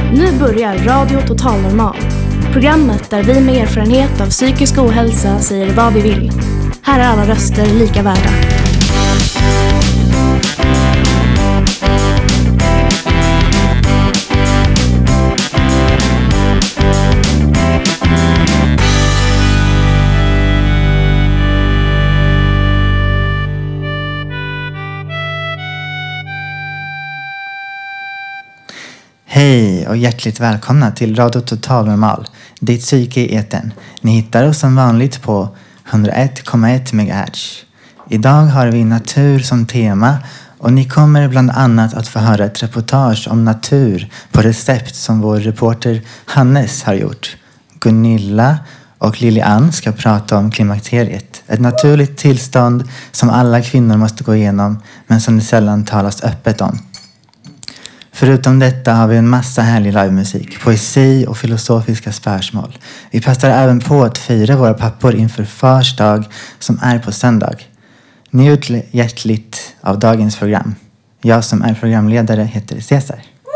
Nu börjar Radio Total Normal. Programmet där vi med erfarenhet av psykisk ohälsa säger vad vi vill. Här är alla röster lika värda. Hej och hjärtligt välkomna till Radio Total Normal, ditt psyke i etern. Ni hittar oss som vanligt på 101,1 MHz. Idag har vi natur som tema och ni kommer bland annat att få höra ett reportage om natur på recept som vår reporter Hannes har gjort. Gunilla och Lilian ska prata om klimakteriet. Ett naturligt tillstånd som alla kvinnor måste gå igenom men som det sällan talas öppet om. Förutom detta har vi en massa härlig livemusik, poesi och filosofiska spörsmål. Vi passar även på att fira våra pappor inför Fars dag som är på söndag. Njut hjärtligt av dagens program. Jag som är programledare heter Cesar.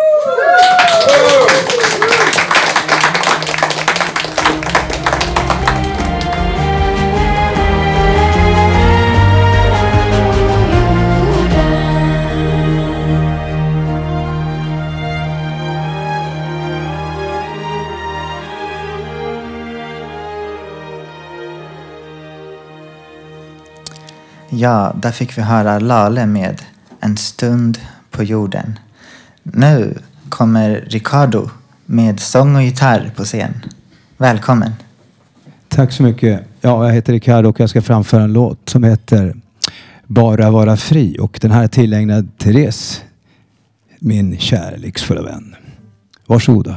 Ja, där fick vi höra Lale med En stund på jorden. Nu kommer Ricardo med sång och gitarr på scen. Välkommen. Tack så mycket. Ja, jag heter Ricardo och jag ska framföra en låt som heter Bara vara fri. Och den här är tillägnad Therese, min kärleksfulla vän. Varsågoda.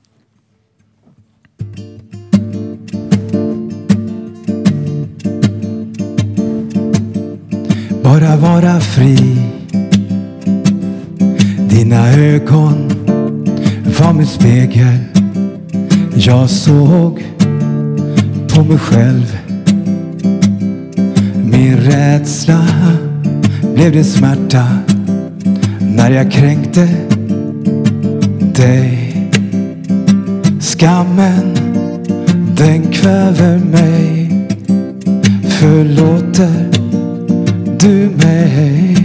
Bara vara fri. Dina ögon var min spegel. Jag såg på mig själv. Min rädsla blev din smärta när jag kränkte dig. Skammen, den kväver mig. Förlåter du mig,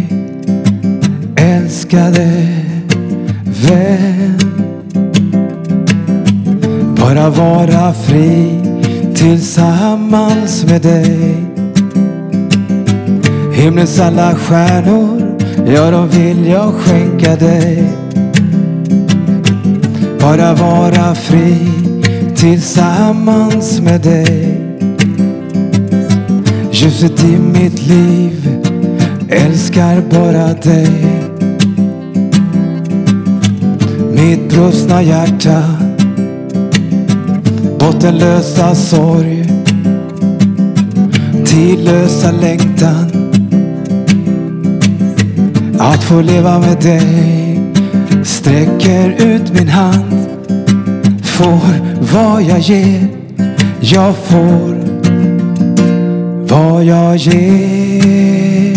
älskade vän. Bara vara fri tillsammans med dig. Himlens alla stjärnor, ja, de vill jag skänka dig. Bara vara fri tillsammans med dig. Ljuset i mitt liv, älskar bara dig. Mitt brustna hjärta, bottenlösa sorg, tidlösa längtan att få leva med dig. Sträcker ut min hand, får vad jag ger. Jag får vad jag ger.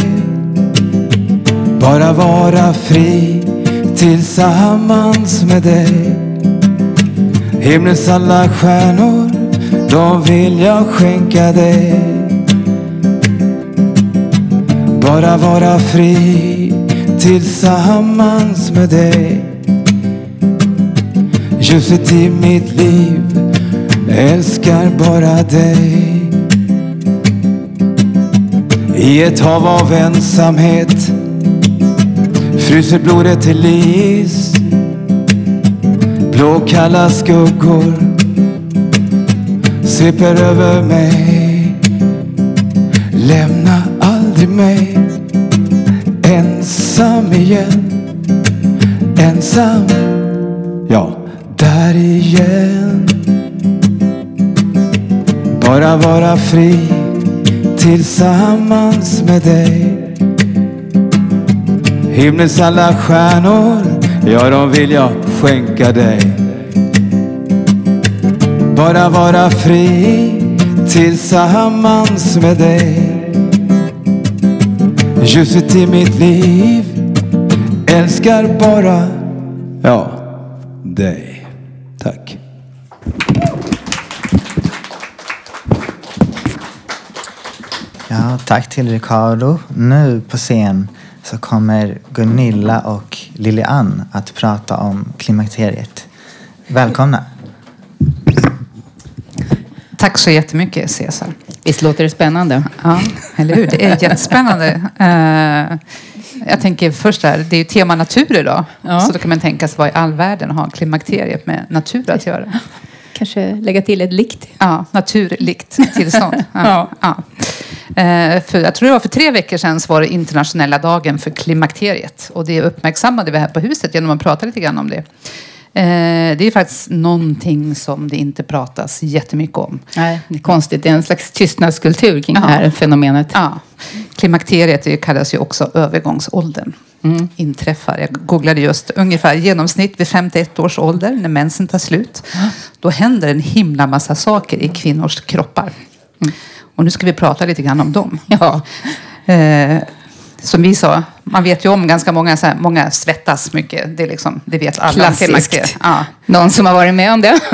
Bara vara fri tillsammans med dig. Himlens alla stjärnor, de vill jag skänka dig. Bara vara fri tillsammans med dig. Ljuset i mitt liv, älskar bara dig. I ett hav av ensamhet fryser blodet till is. Blåkalla skuggor sveper över mig. Lämna aldrig mig ensam igen. Ensam, ja, där igen. Bara vara fri tillsammans med dig. Himlens alla stjärnor, ja, de vill jag skänka dig. Bara vara fri tillsammans med dig. Ljuset i mitt liv, älskar bara, ja, dig. Tack. Ja, tack till Ricardo. Nu på scen så kommer Gunilla och Lilian att prata om klimakteriet. Välkomna. Tack så jättemycket, Cesar. Visst låter det spännande? Ja, eller hur? Det är jättespännande. Jag tänker först här, det är ju tema natur idag. Ja. Så då kan man tänka sig vad i all världen har klimakteriet med natur att göra. Kanske lägga till ett likt. Ja, naturlikt tillstånd. Ja. Ja. För jag tror det var för 3 veckor sedan så var det internationella dagen för klimakteriet. Och det uppmärksammade vi här på huset genom att prata lite grann om det. Det är faktiskt någonting som det inte pratas jättemycket om. Nej, det är konstigt. Det är en slags tystnadskultur kring det här fenomenet. Ja. Klimakteriet det kallas ju också övergångsåldern. Inträffar. Jag googlade just ungefär genomsnitt vid 51 års ålder när mensen tar slut. Då händer en himla massa saker i kvinnors kroppar. Och nu ska vi prata lite grann om dem. Ja. Som vi sa, man vet ju om ganska många, så här, många svettas mycket. Det är liksom, det vet alla. Klassiskt. Ja. Någon som har varit med om det.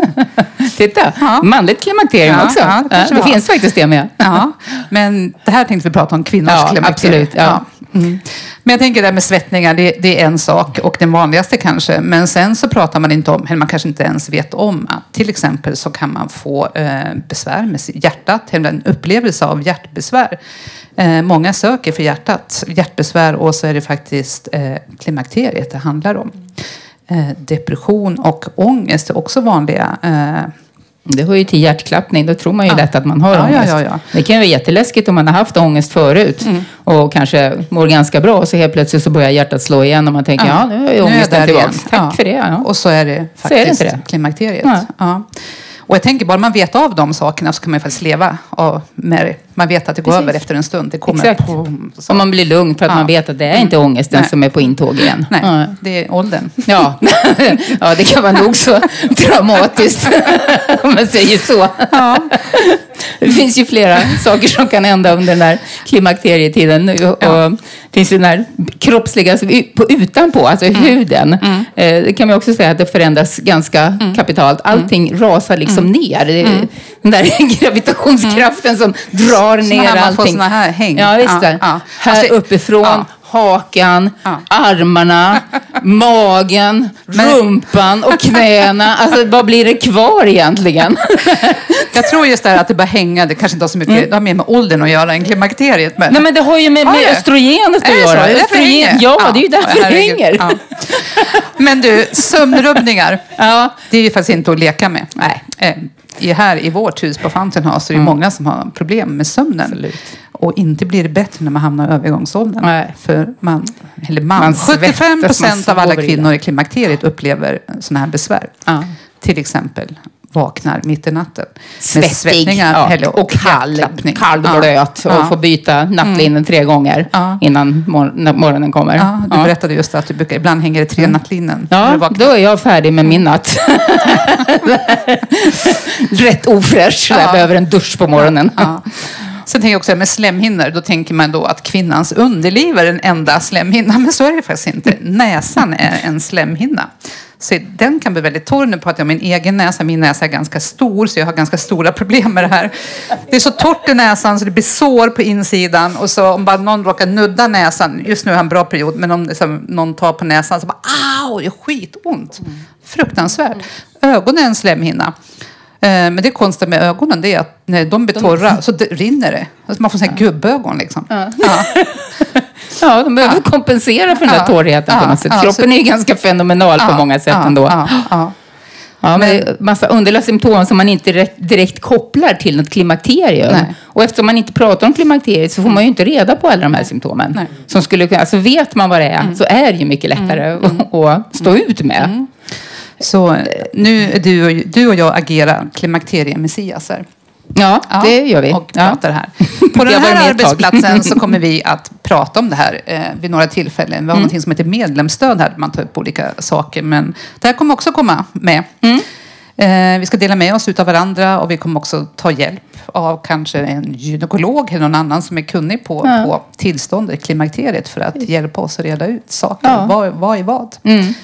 Titta, manligt klimakterium också. Ja, det finns faktiskt det med. Ja. Men det här tänkte vi prata om kvinnors klimakterium. Absolut. Ja. Men jag tänker det här med svettningar, det är en sak och den vanligaste kanske. Men sen så pratar man inte om, eller man kanske inte ens vet om att till exempel så kan man få besvär med hjärtat, eller en upplevelse av hjärtbesvär. Många söker för hjärtbesvär och så är det faktiskt klimakteriet det handlar om. Depression och ångest är också vanliga. Det hör ju till hjärtklappning. Då tror man ju lätt att man har ångest. Ja. Det kan ju vara jätteläskigt om man har haft ångest förut. Och kanske mår ganska bra. Och så helt plötsligt så börjar hjärtat slå igen. Och man tänker, nu är ångesten tillbaka. Tack för det. Ja. Och så är det faktiskt så är det klimakteriet. Ja. Och jag tänker, bara man vet av de sakerna så kan man faktiskt leva med det. Man vet att det går över efter en stund. Det kommer om man blir lugn för att man vet att det är inte ångesten som är på intåg igen. Nej, det är åldern. Ja. Ja, det kan vara nog så dramatiskt om man säger så. Ja. Det finns ju flera saker som kan hända under den här klimakterietiden. Och det finns ju den här kroppsliga utanpå, alltså huden. Det kan man också säga att det förändras ganska kapitalt. Allting rasar liksom ner. Den där gravitationskraften som drar ner allting. Man får såna här häng. Ja, visst. Här alltså, uppifrån. Hakan, armarna, magen, rumpan och knäna. Alltså vad blir det kvar egentligen? Jag tror just där att det bara hänga, det kanske inte har så mycket, det har mer med åldern att göra än klimakteriet. Men... Nej, men det har ju med östrogenet att göra. Det är ju därför det hänger. Ja. Men du, sömnrubbningar, det är ju faktiskt inte att leka med. Nej. Här i vårt hus på Fountain House så är det många som har problem med sömnen. Absolut. Och inte blir det bättre när man hamnar i övergångsåldern. Nej. För 75% av alla kvinnor i klimakteriet upplever sådana här besvär. Ja. Till exempel vaknar mitt i natten. Svettig. Med svettningar och kall och blöt. Och får byta nattlinnen 3 gånger innan morgonen kommer. Ja, du berättade just att du brukar, ibland hänger det 3 nattlinnen. Ja, då är jag färdig med min natt. Rätt ofräsch. Jag behöver en dusch på morgonen. Sen tänker jag också med slemhinnor. Då tänker man då att kvinnans underliv är den enda slemhinna. Men så är det faktiskt inte. Näsan är en slemhinna. Så den kan bli väldigt torr. Nu pratar jag om min egen näsa. Min näsa är ganska stor så jag har ganska stora problem med det här. Det är så torrt i näsan så det blir sår på insidan. Och så om bara någon råkar nudda näsan. Just nu har jag en bra period. Men om någon tar på näsan så bara au, det är skitont. Fruktansvärt. Ögonen är en slemhinna. Men det konstiga med ögonen det är att när de blir torra så rinner det. Alltså man får såna här gubbögon liksom. Ja, de behöver kompensera för den där torrheten på något sätt. Kroppen är ju ganska fenomenal på många sätt ändå. Ja, men massa underliga symptom som man inte direkt kopplar till något klimakterium. Nej. Och eftersom man inte pratar om klimakteriet så får man ju inte reda på alla de här symptomen. Nej. Som skulle kunna, alltså vet man vad det är så är det ju mycket lättare att stå ut med. Så nu är du och jag agerar klimakteriemessiaser. Ja, det gör vi. Och pratar här. På den här arbetsplatsen så kommer vi att prata om det här vid några tillfällen. Vi har något som heter medlemsstöd här. Där man tar upp olika saker. Men det här kommer också komma med. Vi ska dela med oss utav varandra. Och vi kommer också ta hjälp av kanske en gynekolog eller någon annan som är kunnig på tillståndet i klimakteriet. För att hjälpa oss att reda ut saker. Vad är vad?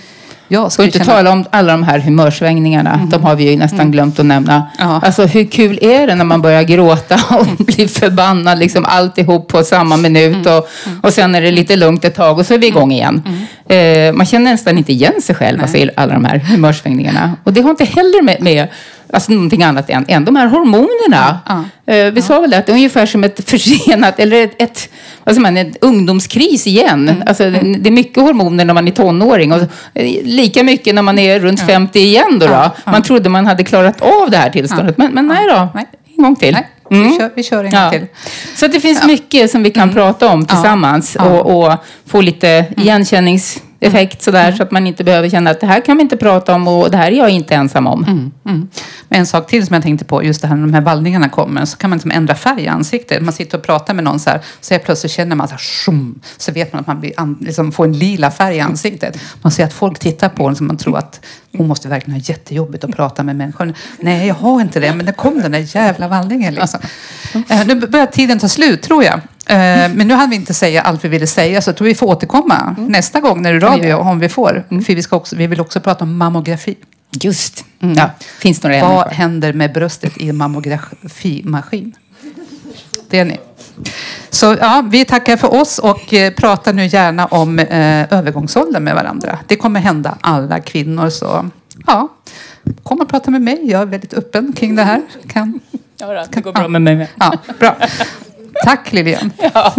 Jag ska inte tala om alla de här humörsvängningarna. De har vi ju nästan glömt att nämna. Ja. Alltså hur kul är det när man börjar gråta och blir förbannad liksom alltihop på samma minut. Och sen är det lite lugnt ett tag och så är vi igång igen. Man känner nästan inte igen sig själv alltså, i alla de här humörsvängningarna. Och det har inte heller med alltså någonting annat än de här hormonerna. Vi sa väl att det är ungefär som ett försenat eller en ungdomskris igen. Alltså, det är mycket hormoner när man är tonåring och lika mycket när man är runt 50 igen då. Man trodde man hade klarat av det här tillståndet. Men nej då, en gång till. Vi kör en gång till. Så det finns mycket som vi kan prata om tillsammans och få lite igenkänningseffekt sådär, så att man inte behöver känna att det här kan vi inte prata om och det här är jag inte ensam om. Men en sak till som jag tänkte på, just det här när de här vallningarna kommer, så kan man liksom ändra färg i ansiktet. Man sitter och pratar med någon så här plötsligt känner man så vet man att man liksom får en lila färg i ansiktet. Man ser att folk tittar på en så man tror att hon måste verkligen ha jättejobbigt att prata med människor. Nej, jag har inte det, men det kom den där jävla vallningen liksom. Nu börjar tiden ta slut, tror jag. Men nu hade vi inte säga allt vi ville säga, så tror vi får återkomma nästa gång när du radio, om vi får. För vi vill också prata om mammografi. Just. Ja, finns några Vad händer med bröstet i en mammografimaskin? Det är ni. Så vi tackar för oss och pratar nu gärna om övergångsåldern med varandra. Det kommer hända alla kvinnor, så kom och prata med mig. Jag är väldigt öppen kring det här. Det går bra med mig med. Ja, bra. Tack Lilian. Ja.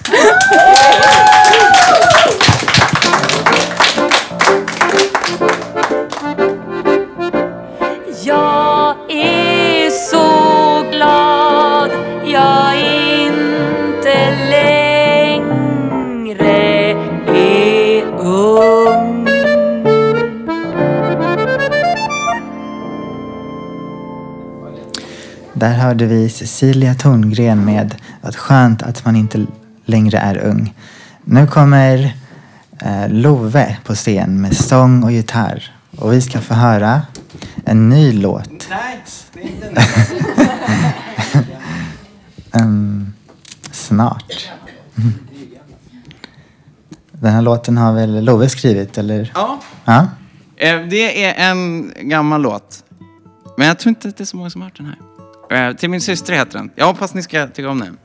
Jag är så glad jag inte längre är ung. Där hörde vi Cecilia Torngren med att skönt att man inte längre är ung. Nu kommer Love på scen med sång och gitarr. Och vi ska få höra en ny låt. Nej, det är inte snart. Den här låten har väl Love skrivit, eller? Ja. Det är en gammal låt. Men jag tror inte att det är så många som har hört den här. Till min syster heter den. Jag hoppas ni ska tycka om den.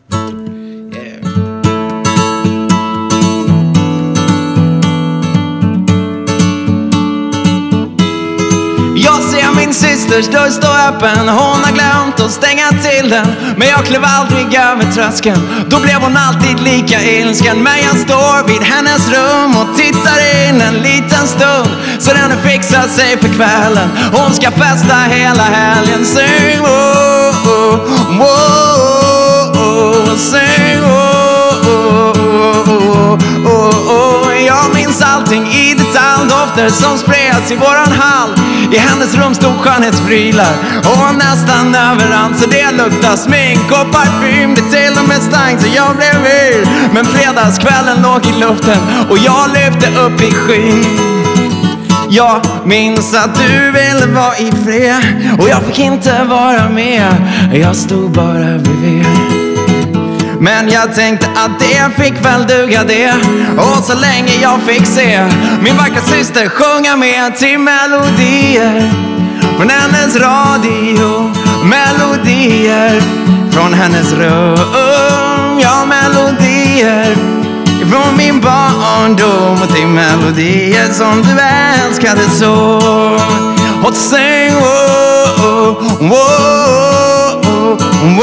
Jag ser min systers dörr stå öppen. Hon har glömt att stänga till den. Men jag klev aldrig över tröskeln. Då blev hon alltid lika ilsken. Men jag står vid hennes rum och tittar in en liten stund. Så den fixar sig för kvällen. Hon ska festa hela helgen. Sing oh, oh, oh, oh. Sing oh, oh, oh, oh, oh. Jag minns allting i detalj. Dofter som spreds i våran hall. I hennes rum stod skönhetsprylar och nästan överallt, så det luktar smink och parfym. Det till och med stank så jag blev yr. Men fredagskvällen låg i luften och jag lyfte upp i skyn. Jag minns att du ville vara i fred och jag fick inte vara med. Jag stod bara bredvid. Men jag tänkte att det fick väl duga det. Och så länge jag fick se min vackra syster sjunga med till melodier från hennes radio. Melodier från hennes rum. Ja, melodier från min barndom och till melodier som du älskade så. Och sing oh, oh, oh, oh, oh,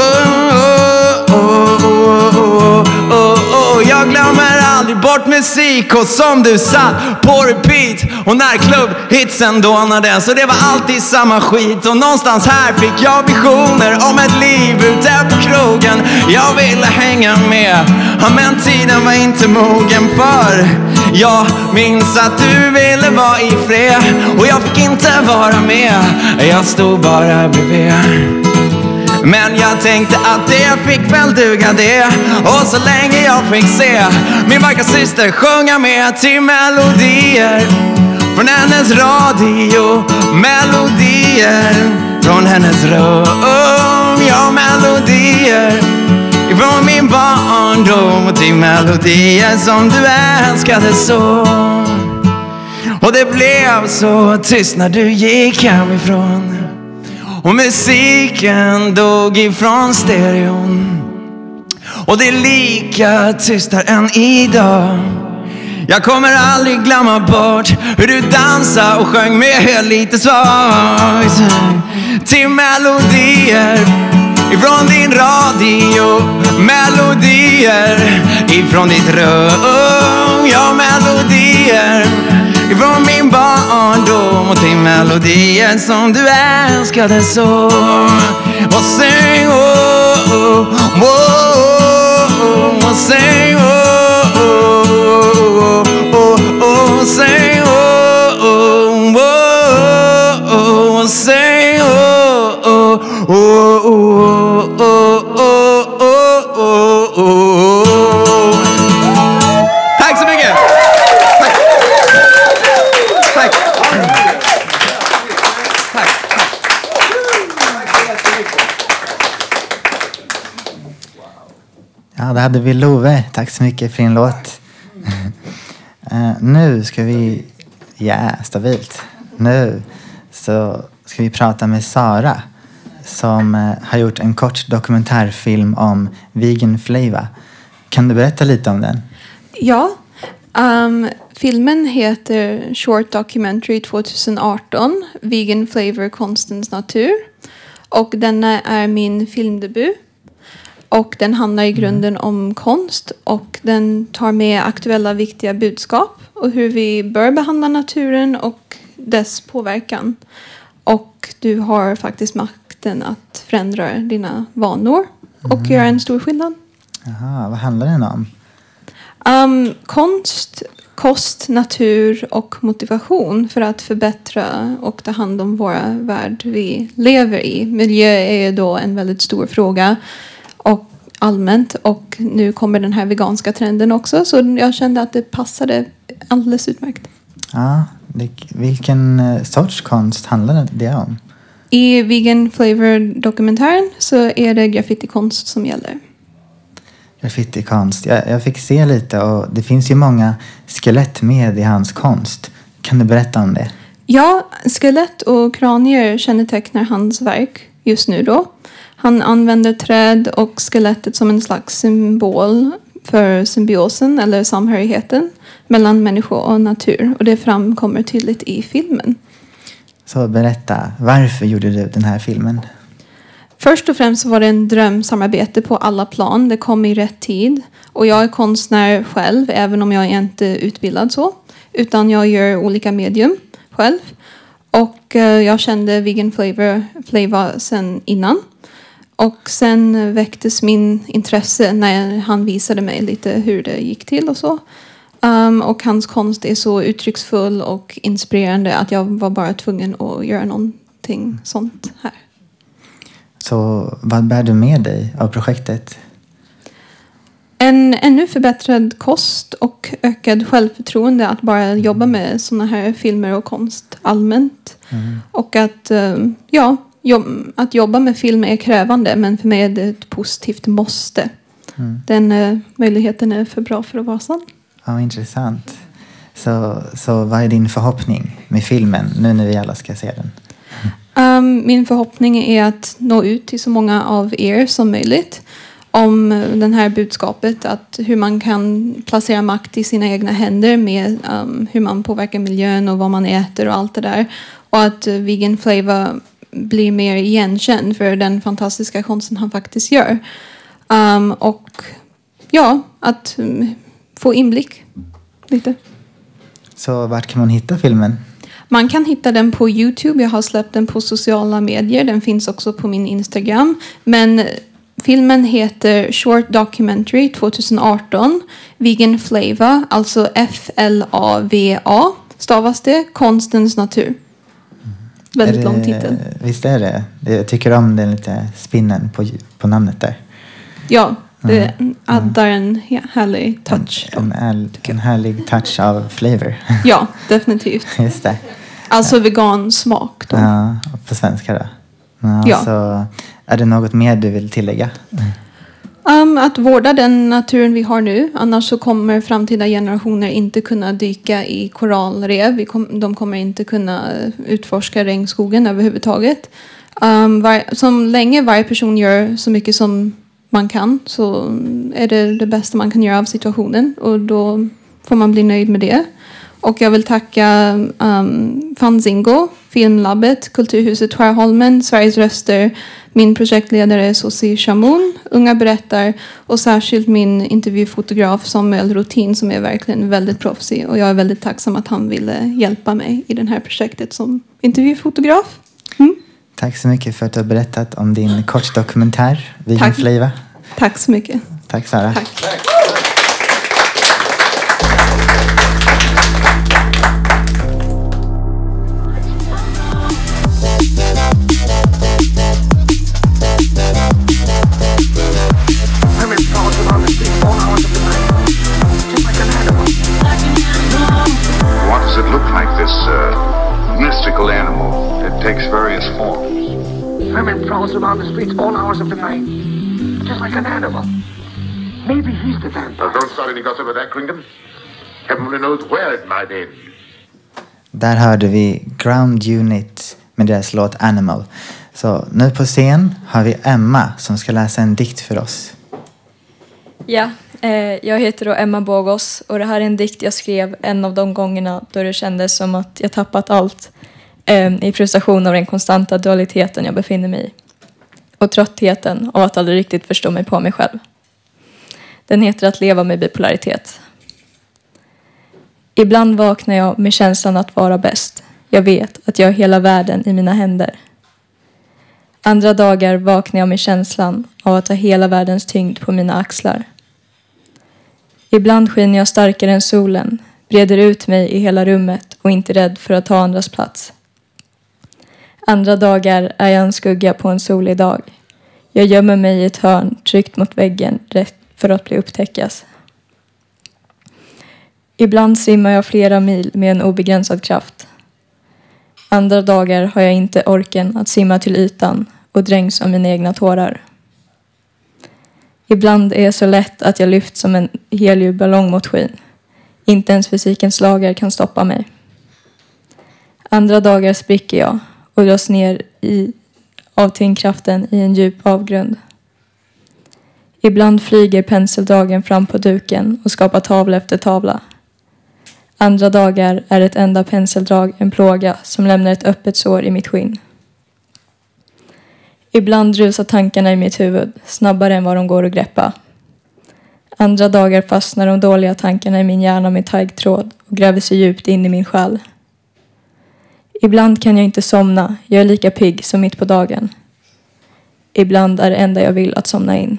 jag glömmer aldrig bort musik och som du satt på repeat. Och när klubbhitsen dånade så det var alltid samma skit. Och någonstans här fick jag visioner om ett liv ute på krogen. Jag ville hänga med, men tiden var inte mogen för. Jag minns att du ville vara i fred och jag fick inte vara med. Jag stod bara bredvid. Men jag tänkte att det fick väl duga det. Och så länge jag fick se min vackra syster sjunga med till melodier från hennes radio. Melodier från hennes rum. Ja, melodier från min barndom och till melodier som du älskade så. Och det blev så tyst när du gick hemifrån. Och musiken dog ifrån stereon. Och det är lika tyst här än idag. Jag kommer aldrig glömma bort hur du dansade och sjöng med lite svagt till melodier ifrån din radio, melodier ifrån ditt rum. Ja, melodier ifrån min barndom och till melodier som du älskade så. Och säg oh, oh, oh, oh, och säg oh, oh, oh, oh, säg oh, oh, oh, oh, och säg oh, oh, oh, oh, oh, oh, oh, oh. Tack så mycket! Tack! Ja, det hade vi Love. Tack så mycket för din låt. Nu ska vi... Ja, stabilt. Nu så ska vi prata med Sara som har gjort en kort dokumentärfilm om Vegan Flavor. Kan du berätta lite om den? Ja, filmen heter Short Documentary 2018, Vegan Flavor Konstens natur. Och denna är min filmdebut. Och den handlar i grunden om konst och den tar med aktuella viktiga budskap och hur vi bör behandla naturen och dess påverkan. Och du har faktiskt makten att förändra dina vanor och göra en stor skillnad. Jaha, vad handlar den om? Konst, kost, natur och motivation för att förbättra och ta hand om våra värld vi lever i. Miljö är ju då en väldigt stor fråga och allmänt, och nu kommer den här veganska trenden också, så jag kände att det passade alldeles utmärkt. Ja, vilken sorts konst handlar det om? I Vegan Flavor-dokumentären så är det graffitikonst som gäller. Graffitikonst. Jag fick se lite och det finns ju många skelett med i hans konst. Kan du berätta om det? Ja, skelett och kranier kännetecknar hans verk just nu då. Han använder träd och skelettet som en slags symbol för symbiosen eller samhörigheten mellan människor och natur. Och det framkommer tydligt i filmen. Så berätta, varför gjorde du den här filmen? Först och främst var det en drömsamarbete på alla plan. Det kom i rätt tid. Och jag är konstnär själv, även om jag inte är utbildad så. Utan jag gör olika medium själv. Och jag kände Vegan Flavor sen innan. Och sen väcktes min intresse när han visade mig lite hur det gick till och så. Och hans konst är så uttrycksfull och inspirerande att jag var bara tvungen att göra någonting sånt här. Så vad bär du med dig av projektet? En ännu förbättrad kost och ökad självförtroende att bara jobba med såna här filmer och konst allmänt. Och att, att jobba med film är krävande, men för mig är det ett positivt måste. Den möjligheten är för bra för att vara sann. Ja, intressant. Så vad är din förhoppning med filmen nu när vi alla ska se den? Min förhoppning är att nå ut till så många av er som möjligt om den här budskapet, att hur man kan placera makt i sina egna händer med hur man påverkar miljön och vad man äter och allt det där. Och att Vegan Flavor blir mer igenkänd för den fantastiska konsten han faktiskt gör. Och ja, att få inblick lite. Så vart kan man hitta filmen? Man kan hitta den på YouTube. Jag har släppt den på sociala medier. Den finns också på min Instagram. Men filmen heter Short Documentary 2018. Vegan Flavor, alltså FLAVA stavas det. Konstens natur. Väldigt lång titel. Visst är det? Jag tycker om den lite spinnen på namnet där. Ja, det addar en härlig touch. En härlig touch av flavor. Ja, definitivt. Just det. Alltså vegan smak då. Ja, på svenska då. Ja. Så är det något mer du vill tillägga? Att vårda den naturen vi har nu. Annars så kommer framtida generationer inte kunna dyka i korallrev. De kommer inte kunna utforska regnskogen överhuvudtaget. Som länge varje person gör så mycket som man kan så är det bästa man kan göra av situationen. Och då får man bli nöjd med det. Och jag vill tacka Fanzingo, Filmlabbet, Kulturhuset Skärholmen, Sveriges Röster, min projektledare Sosi Shamoun, Unga berättar och särskilt min intervjufotograf Samuel Rotin som är verkligen väldigt proffsig. Och jag är väldigt tacksam att han ville hjälpa mig i det här projektet som intervjufotograf. Tack så mycket för att du har berättat om din kortdokumentär Vegan Flavor. Tack så mycket. Tack Sara. Tack. What does it look like, this mystical animal? It takes various forms. Hermit prowls around the streets all hours of the night, just like an animal. Maybe he's the vampire. Don't start any gossip of that, Kringdom. Heaven only knows where it might end. Där hörde vi Ground Unit med deras låt Animal. Så nu på scen har vi Emma som ska läsa en dikt för oss. Ja, jag heter då Emma Bogos och det här är en dikt jag skrev en av de gångerna då det kändes som att jag tappat allt i frustration av den konstanta dualiteten jag befinner mig i. Och tröttheten av att aldrig riktigt förstå mig på mig själv. Den heter Att leva med bipolaritet. Ibland vaknar jag med känslan att vara bäst. Jag vet att jag har hela världen i mina händer. Andra dagar vaknar jag med känslan av att ha hela världens tyngd på mina axlar. Ibland skiner jag starkare än solen, breder ut mig i hela rummet och inte rädd för att ta andras plats. Andra dagar är jag en skugga på en solig dag. Jag gömmer mig i ett hörn, tryckt mot väggen, rätt för att bli upptäckas. Ibland simmar jag flera mil med en obegränsad kraft. Andra dagar har jag inte orken att simma till ytan och dränks av mina egna tårar. Ibland är jag så lätt att jag lyft som en heliumballong mot skyn. Inte ens fysikens lagar kan stoppa mig. Andra dagar spricker jag och dras ner av tyngdkraften i en djup avgrund. Ibland flyger penseldragen fram på duken och skapar tavla efter tavla. Andra dagar är ett enda penseldrag en plåga som lämnar ett öppet sår i mitt skinn. Ibland rusar tankarna i mitt huvud snabbare än vad de går att greppa. Andra dagar fastnar de dåliga tankarna i min hjärna med taggtråd och gräver sig djupt in i min själ. Ibland kan jag inte somna, jag är lika pigg som mitt på dagen. Ibland är det enda jag vill att somna in.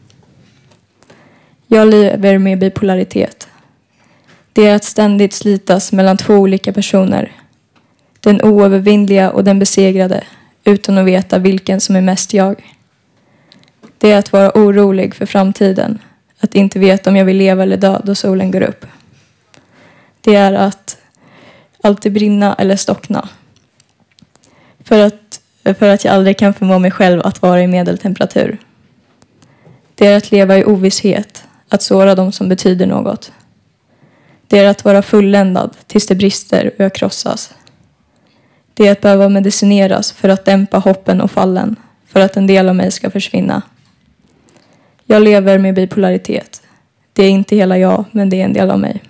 Jag lever med bipolaritet. Det är att ständigt slitas mellan två olika personer. Den oövervinnliga och den besegrade, utan att veta vilken som är mest jag. Det är att vara orolig för framtiden. Att inte veta om jag vill leva eller dö då solen går upp. Det är att alltid brinna eller stockna. För att jag aldrig kan förmå mig själv att vara i medeltemperatur. Det är att leva i ovisshet. Att såra dem som betyder något. Det är att vara fulländad tills det brister och jag krossas. Det är att behöva medicineras för att dämpa hoppen och fallen. För att en del av mig ska försvinna. Jag lever med bipolaritet. Det är inte hela jag, men det är en del av mig.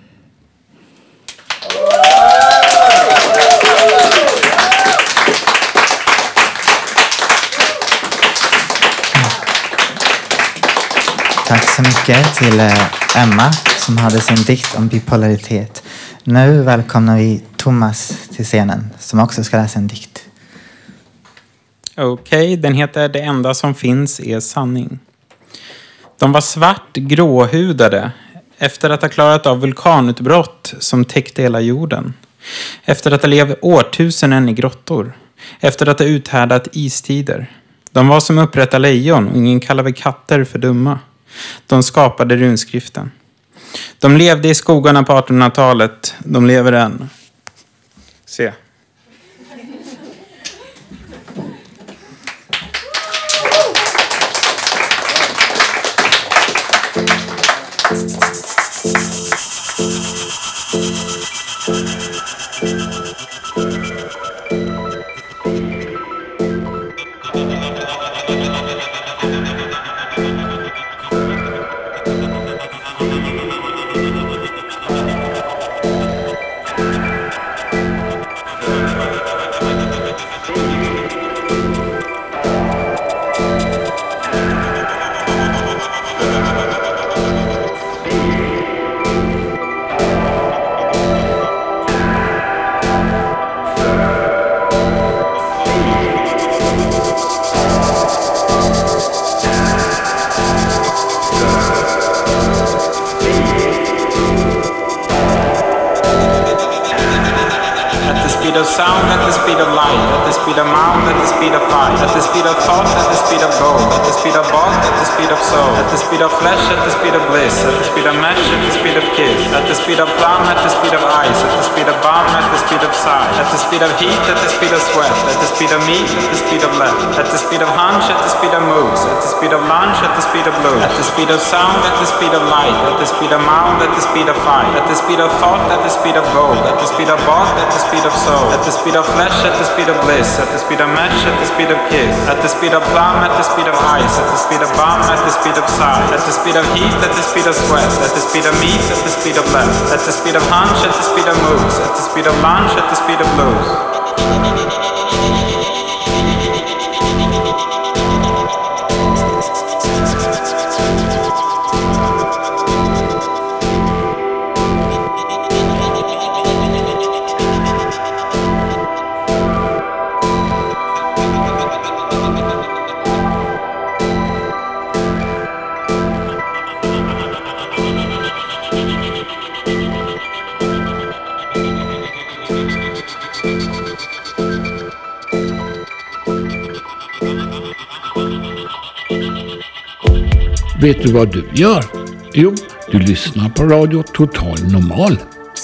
Tack så mycket till Emma som hade sin dikt om bipolaritet. Nu välkomnar vi Thomas till scenen som också ska läsa en dikt. Okej, den heter Det enda som finns är sanning. De var svart gråhudade efter att ha klarat av vulkanutbrott som täckte hela jorden. Efter att ha levt årtusenden i grottor. Efter att ha uthärdat istider. De var som upprätta lejon och ingen kallade katter för dumma. De skapade runskriften. De levde i skogarna på 1800-talet. De lever än. Se. of sound, at the speed of light, at the speed of mound, at the speed of fight, at the speed of thought, at the speed of gold, at the speed of bond, at the speed of soul, at the speed of flesh, at the speed of bliss, at the speed of mesh, at the speed of kiss, at the speed of plum, at the speed of ice, at the speed of bomb, at the speed of sigh, at the speed of heat, at the speed of sweat, at the speed of meat, at the speed of left, at the speed of hunch, at the speed of moves, at the speed of lunch, at the speed of blue, at the speed of sound, at the speed of light, at the speed of mound, at the speed of fight, at the speed of thought, at the speed of gold, at the speed of bond, at the speed of soul, at the speed of flesh, at the speed of bliss, at the speed of mesh, at the speed of kiss, at the speed of plum, at the speed of ice, at the speed of bomb, at the speed of sigh, at the speed of heat, at the speed of sweat, at the speed of meat, at the speed of left, at the speed of hunch, at the speed of moves, at the speed of lunch, at the speed of blues. Vet du vad du gör? Jo, du lyssnar på Radio Total Normal.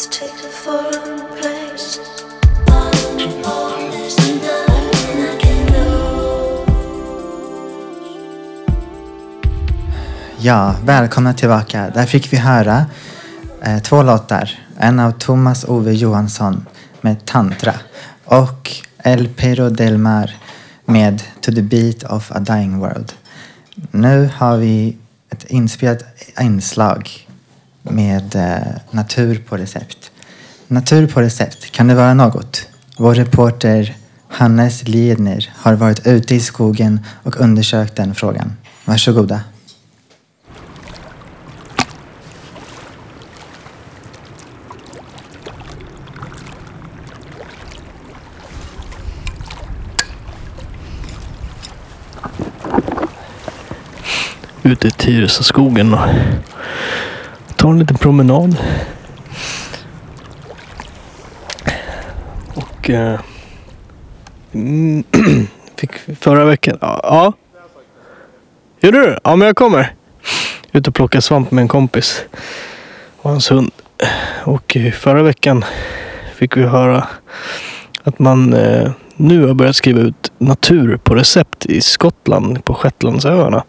Ja, välkomna tillbaka. Där fick vi höra 2 låtar. En av Thomas Ove Johansson med Tantra och El Perro del Mar med To the Beat of a Dying World. Nu har vi ett inspelat inslag med natur på recept. Natur på recept, kan det vara något? Vår reporter Hannes Liedner har varit ute i skogen och undersökt den frågan. Varsågoda. Ute i Tyresöskogen och tar en liten promenad. Och fick förra veckan. Ja. Gör du? Ja, men jag kommer. Ut och plocka svamp med en kompis och hans hund. Och förra veckan fick vi höra att man nu har börjat skriva ut natur på recept i Skottland på Shetlandsöarna.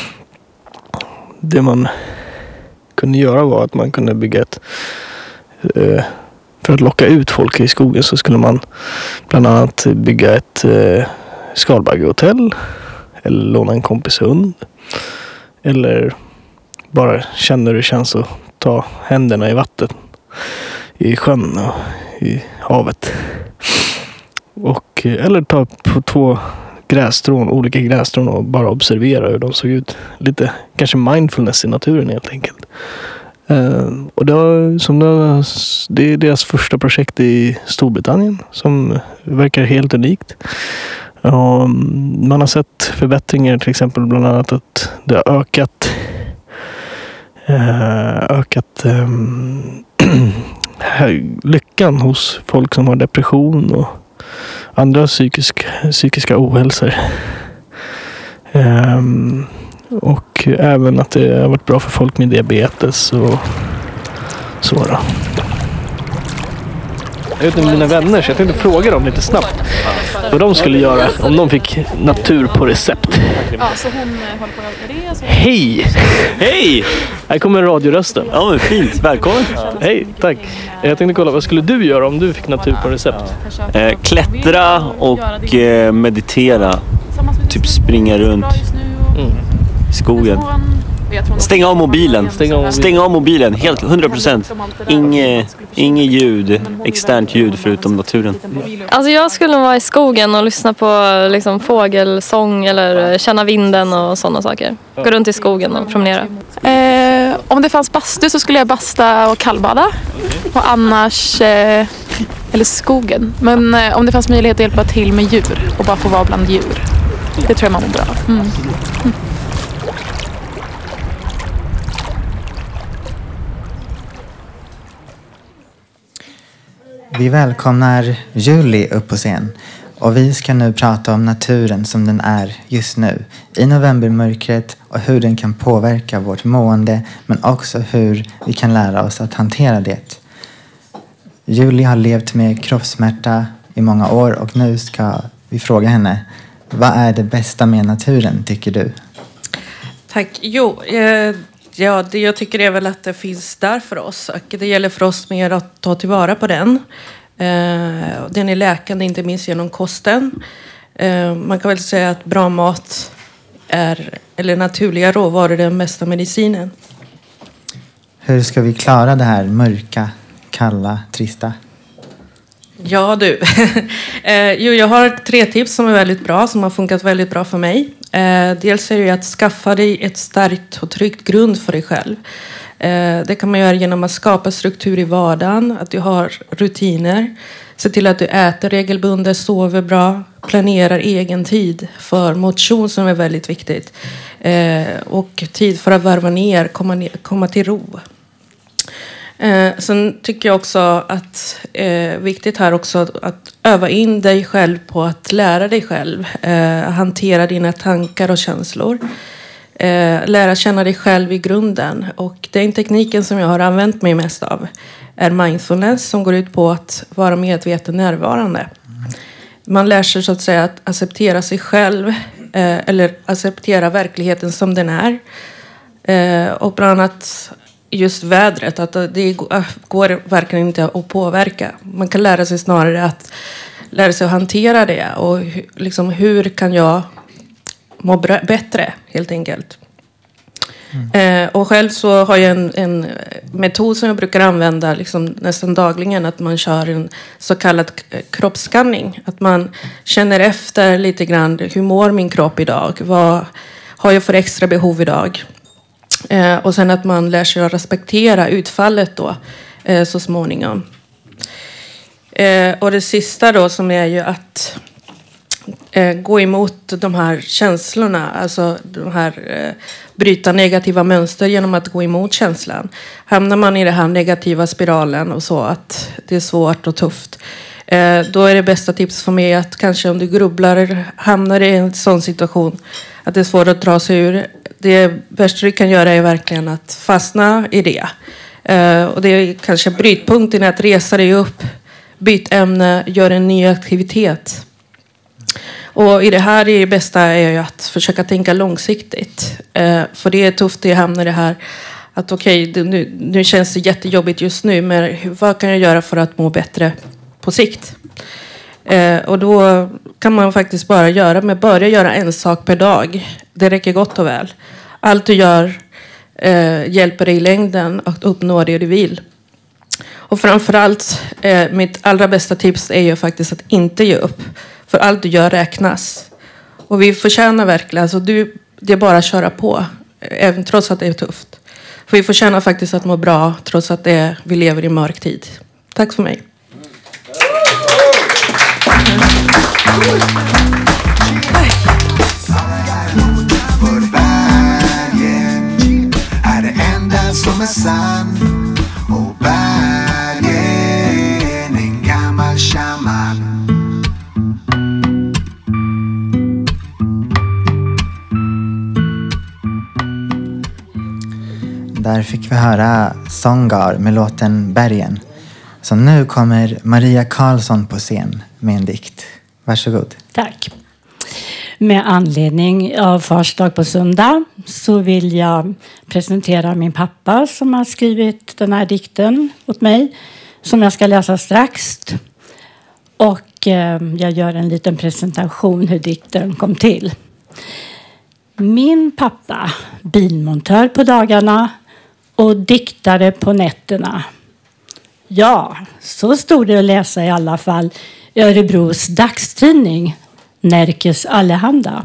Det man kunde göra var att man kunde bygga ett... För att locka ut folk i skogen så skulle man bland annat bygga ett skalbaggehotell. Eller låna en kompis hund. Eller bara känna hur det känns att ta händerna i vattnet. I sjön och i havet. Och, eller ta på 2 grässtrån, olika grässtrån och bara observera hur de såg ut. Lite kanske mindfulness i naturen helt enkelt. Och det är deras första projekt i Storbritannien som verkar helt unikt. Och man har sett förbättringar, till exempel bland annat att det har ökat lyckan hos folk som har depression och andra psykiska ohälsor. Och även att det har varit bra för folk med diabetes och så då. Jag vet inte mina vänner, så jag tänkte fråga dem lite snabbt vad de skulle göra om de fick natur på recept. Ja, så hon håller på med det. Så... Hej! Hej! Här kommer radiorösten. Ja, men fint. Välkommen. Hej, tack. Jag tänkte kolla, vad skulle du göra om du fick natur på recept? Klättra och meditera. Typ springa runt i skogen. Stänga av mobilen. Stänga av mobilen, helt 100%. Inget ljud, externt ljud förutom naturen. Alltså jag skulle vara i skogen och lyssna på liksom fågelsång eller känna vinden och sådana saker. Gå runt i skogen och promenera. Om det fanns bastu så skulle jag basta och kallbada. Och annars eller skogen. Men om det fanns möjlighet att hjälpa till med djur och bara få vara bland djur. Det tror jag man mår bra. Vi välkomnar Julie upp på scen. Och vi ska nu prata om naturen som den är just nu. I novembermörkret och hur den kan påverka vårt mående. Men också hur vi kan lära oss att hantera det. Julie har levt med kroppssmärta i många år. Och nu ska vi fråga henne. Vad är det bästa med naturen, tycker du? Tack. Det jag tycker är väl att det finns där för oss. Och det gäller för oss mer att ta tillvara på den. Den är läkande, inte minst genom kosten. Man kan väl säga att bra mat eller naturliga råvaror, den mesta medicinen. Hur ska vi klara det här mörka, kalla, trista? Ja du. Jag har 3 tips som är väldigt bra, som har funkat väldigt bra för mig. Dels är det att skaffa dig ett starkt och tryggt grund för dig själv. Det kan man göra genom att skapa struktur i vardagen, att du har rutiner. Se till att du äter regelbundet, sover bra, planerar egen tid för motion som är väldigt viktigt. Och tid för att varva ner, komma till ro. Sen tycker jag också att viktigt här också att öva in dig själv på att lära dig själv. Hantera dina tankar och känslor. Lära känna dig själv i grunden. Och den tekniken som jag har använt mig mest av är mindfulness, som går ut på att vara medveten närvarande. Man lär sig så att säga att acceptera sig själv eller acceptera verkligheten som den är. Och bland annat just vädret, att det går verkligen inte att påverka. Man kan lära sig snarare att lära sig att hantera det och liksom hur kan jag må bättre helt enkelt. Och själv så har jag en metod som jag brukar använda liksom nästan dagligen, att man kör en så kallad kroppsskanning. Att man känner efter lite grann, hur mår min kropp idag? Vad har jag för extra behov idag? Och sen att man lär sig att respektera utfallet då så småningom. Och det sista då som är ju att gå emot de här känslorna, alltså de här bryta negativa mönster genom att gå emot känslan. Hamnar man i den här negativa spiralen och så att det är svårt och tufft, då är det bästa tips för mig att kanske om du grubblar, hamnar i en sån situation att det är svårt att dra sig ur, det bästa du kan göra är verkligen att fastna i det. Och det är kanske brytpunkten att resa dig upp, byt ämne, gör en ny aktivitet. Och i det här det bästa är ju att försöka tänka långsiktigt. För det är tufft att hamna i det här att okej, nu känns det jättejobbigt just nu, men vad kan jag göra för att må bättre på sikt? Och då kan man faktiskt börja göra en sak per dag. Det räcker gott och väl. Allt du gör hjälper dig i längden att uppnå det du vill. Och framförallt, mitt allra bästa tips är ju faktiskt att inte ge upp. För allt du gör räknas. Och vi förtjänar verkligen, alltså det är bara att köra på. Även trots att det är tufft. För vi förtjänar faktiskt att må bra trots att vi lever i mörk tid. Tack för mig. Är det enda som är sann. Och bergen, en gammal shaman. Där fick vi höra Songar med låten Bergen. Så nu kommer Maria Karlsson på scen med en dikt. Varsågod. Tack. Med anledning av Fars dag på söndag så vill jag presentera min pappa som har skrivit den här dikten åt mig, som jag ska läsa strax. Och jag gör en liten presentation hur dikten kom till. Min pappa, bilmontör på dagarna och diktare på nätterna. Ja, så stod det att läsa i alla fall i Örebros dagstidning Närkes Allehanda.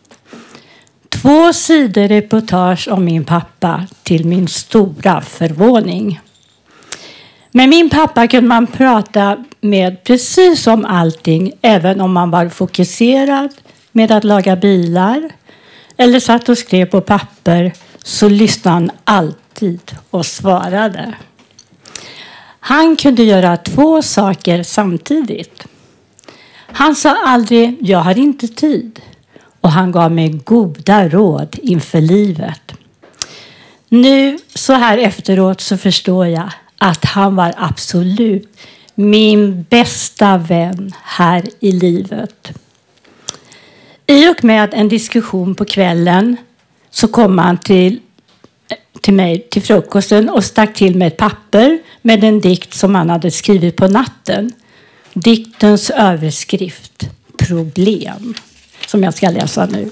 2 sidor reportage om min pappa till min stora förvåning. Med min pappa kunde man prata med precis om allting, även om man var fokuserad med att laga bilar eller satt och skrev på papper, så lyssnade han alltid och svarade. Han kunde göra 2 saker samtidigt. Han sa aldrig jag har inte tid. Och han gav mig goda råd inför livet. Nu så här efteråt så förstår jag att han var absolut min bästa vän här i livet. I och med en diskussion på kvällen så kom han till mig till frukosten och stack till med ett papper med en dikt som han hade skrivit på natten. Diktens överskrift, problem, som jag ska läsa nu.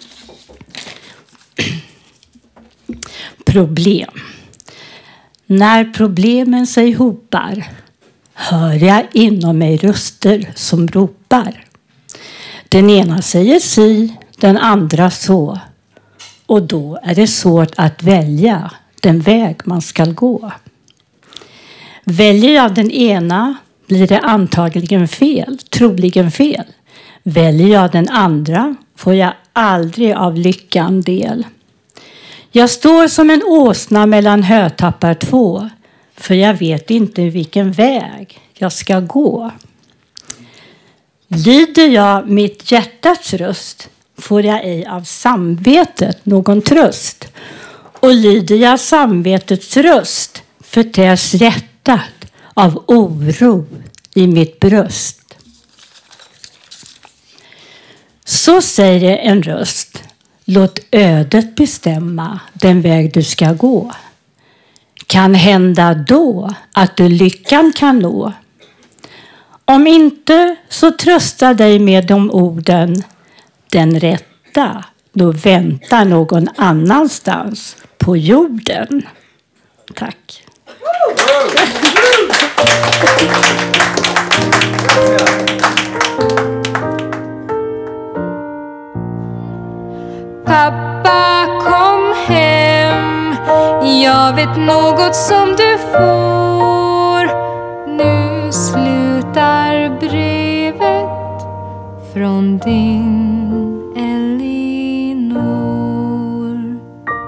Problem. När problemen sig hopar hör jag inom mig röster som ropar. Den ena säger si, den andra så. Och då är det svårt att välja den väg man ska gå. Väljer jag den ena blir det antagligen fel, troligen fel. Väljer jag den andra får jag aldrig av lyckan del. Jag står som en åsna mellan hötappar 2, för jag vet inte vilken väg jag ska gå. Lyder jag mitt hjärtats röst får jag ej av samvetet någon tröst. Och lyder jag samvetets röst förtärs hjärtat av oro i mitt bröst. Så säger en röst, låt ödet bestämma den väg du ska gå. Kan hända då att du lyckan kan nå. Om inte så trösta dig med de orden. Den rätta då väntar någon annanstans på jorden. Tack. Pappa, kom hem. Jag vet något som du får. Nu slutar brevet från din Elinor.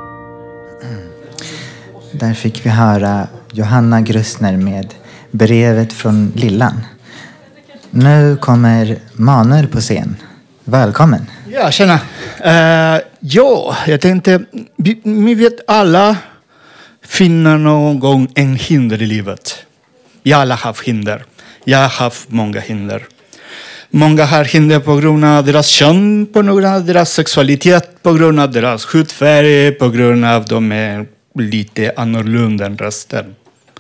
Där fick vi höra Johanna Grusner med brevet från Lillan. Nu kommer Manuel på scen. Välkommen. Ja, tjena. Jag tänkte, vi vet alla finner någon gång en hinder i livet. Jag alla har haft hinder. Jag har haft många hinder. Många har hinder på grund av deras kön, på grund av deras sexualitet, på grund av deras hudfärg, på grund av att de är lite annorlunda än resten.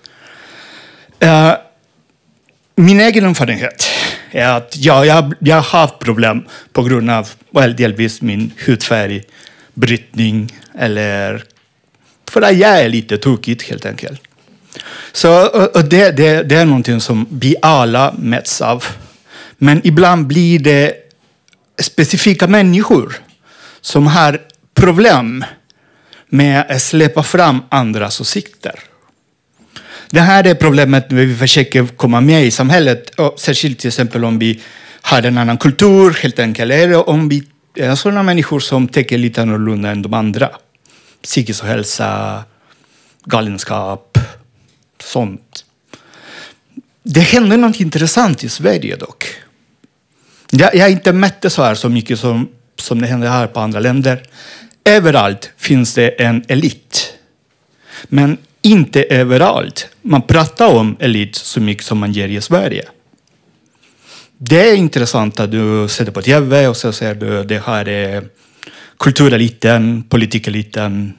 Min egen erfarenhet är att jag har haft problem på grund av delvis min hudfärg, brytning eller för att jag är lite tokigt helt enkelt. Så och det är någonting som vi alla möts av. Men ibland blir det specifika människor som har problem med att släppa fram andras åsikter. Det här är problemet när vi försöker komma med i samhället. Och särskilt till exempel om vi har en annan kultur helt enkelt. Eller om vi är sådana människor som tänker lite annorlunda än de andra. Psykisk hälsa, galenskap, sånt. Det händer något intressant i Sverige dock. Jag har inte mätt det så här så mycket som det händer här på andra länder. Överallt finns det en elit. Men inte överallt. Man pratar om elit så mycket som man gör i Sverige. Det är intressant att du sätter på tv och så ser du det här är kultureliten, politikeliten,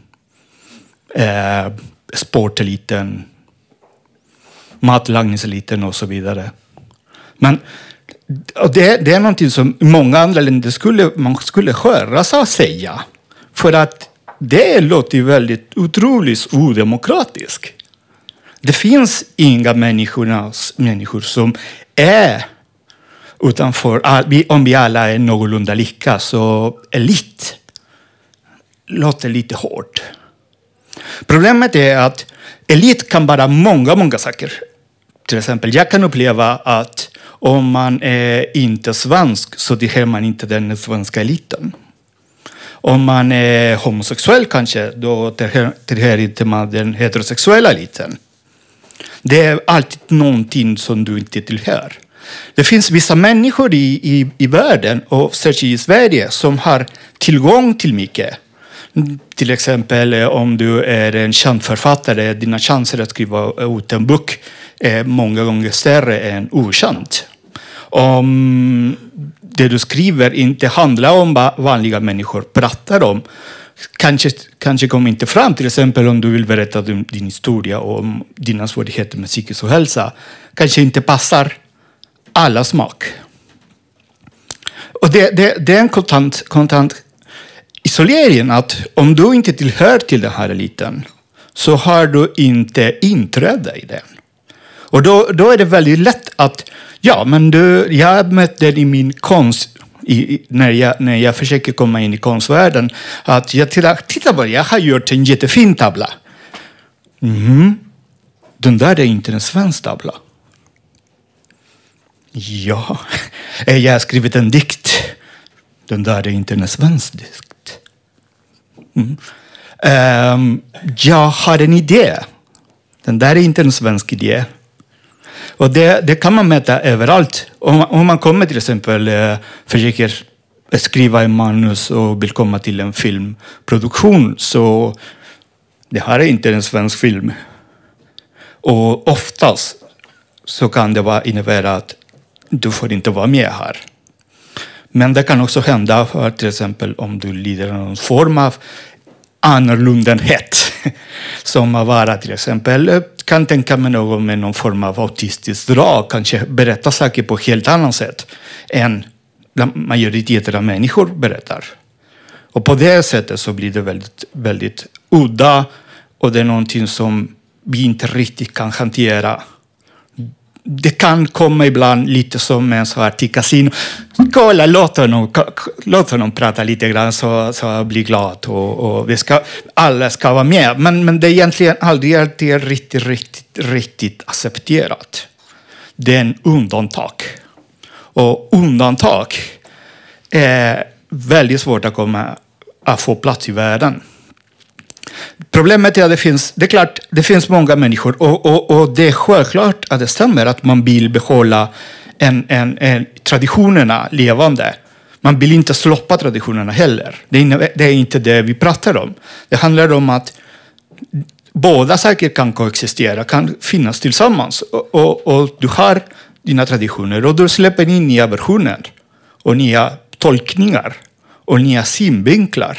sporteliten, matlagningseliten och så vidare. Men och det är någonting som i många andra länder man skulle skära sig att säga. För att det låter väldigt otroligt odemokratiskt. Det finns inga människor som är utanför. Om vi alla är någorlunda lika så elit låter lite hårt. Problemet är att elit kan vara många saker. Till exempel, jag kan uppleva att om man är inte svensk så tillhör man inte den svenska eliten. Om man är homosexuell kanske, då tillhör inte man den heterosexuella eliten. Det är alltid någonting som du inte tillhör. Det finns vissa människor i världen, och särskilt i Sverige, som har tillgång till mycket. Till exempel om du är en känd författare, dina chanser att skriva ut en bok är många gånger större än okänt. Om det du skriver inte handlar om vad vanliga människor pratar om, kanske kommer inte fram. Till exempel om du vill berätta din historia om dina svårigheter med psykisk ohälsa, kanske inte passar alla smak. Och det är en kontant isolering, att om du inte tillhör till den här eliten så har du inte inträde i den. Och då är det väldigt lätt att, jag mötte i min konst, när jag försöker komma in i konstvärlden, att jag tittar på det, jag har gjort en jättefin tavla. Den där är inte en svensk tavla. Ja, jag har skrivit en dikt. Den där är inte en svensk dikt. Jag har en idé. Den där är inte en svensk idé. Och det kan man mäta överallt. Om man kommer till exempel försöker skriva en manus och vill komma till en filmproduktion, så det här är inte en svensk film. Och oftast så kan det innebära att du får inte vara med här. Men det kan också hända, för till exempel om du lider av någon form av annorlundenhet. Som att vara till exempel, kan tänka mig någon med någon form av autistisk drag, kanske berätta saker på ett helt annat sätt än majoriteten av människor berättar. Och på det sättet så blir det väldigt, väldigt udda, och det är någonting som vi inte riktigt kan hantera. Det kan komma ibland lite som en så här till kasino. Kolla, låt honom prata lite grann så jag blir glad. Och alla ska vara med. Men det är egentligen aldrig riktigt accepterat. Det är en undantag. Och undantag är väldigt svårt att få plats i världen. Problemet är att det finns många människor, och det är självklart att det stämmer att man vill behålla traditionerna levande. Man vill inte sloppa traditionerna heller. Det är inte det vi pratar om. Det handlar om att båda saker kan koexistera, kan finnas tillsammans. Och du har dina traditioner, och du släpper in nya versioner och nya tolkningar och nya synvinklar.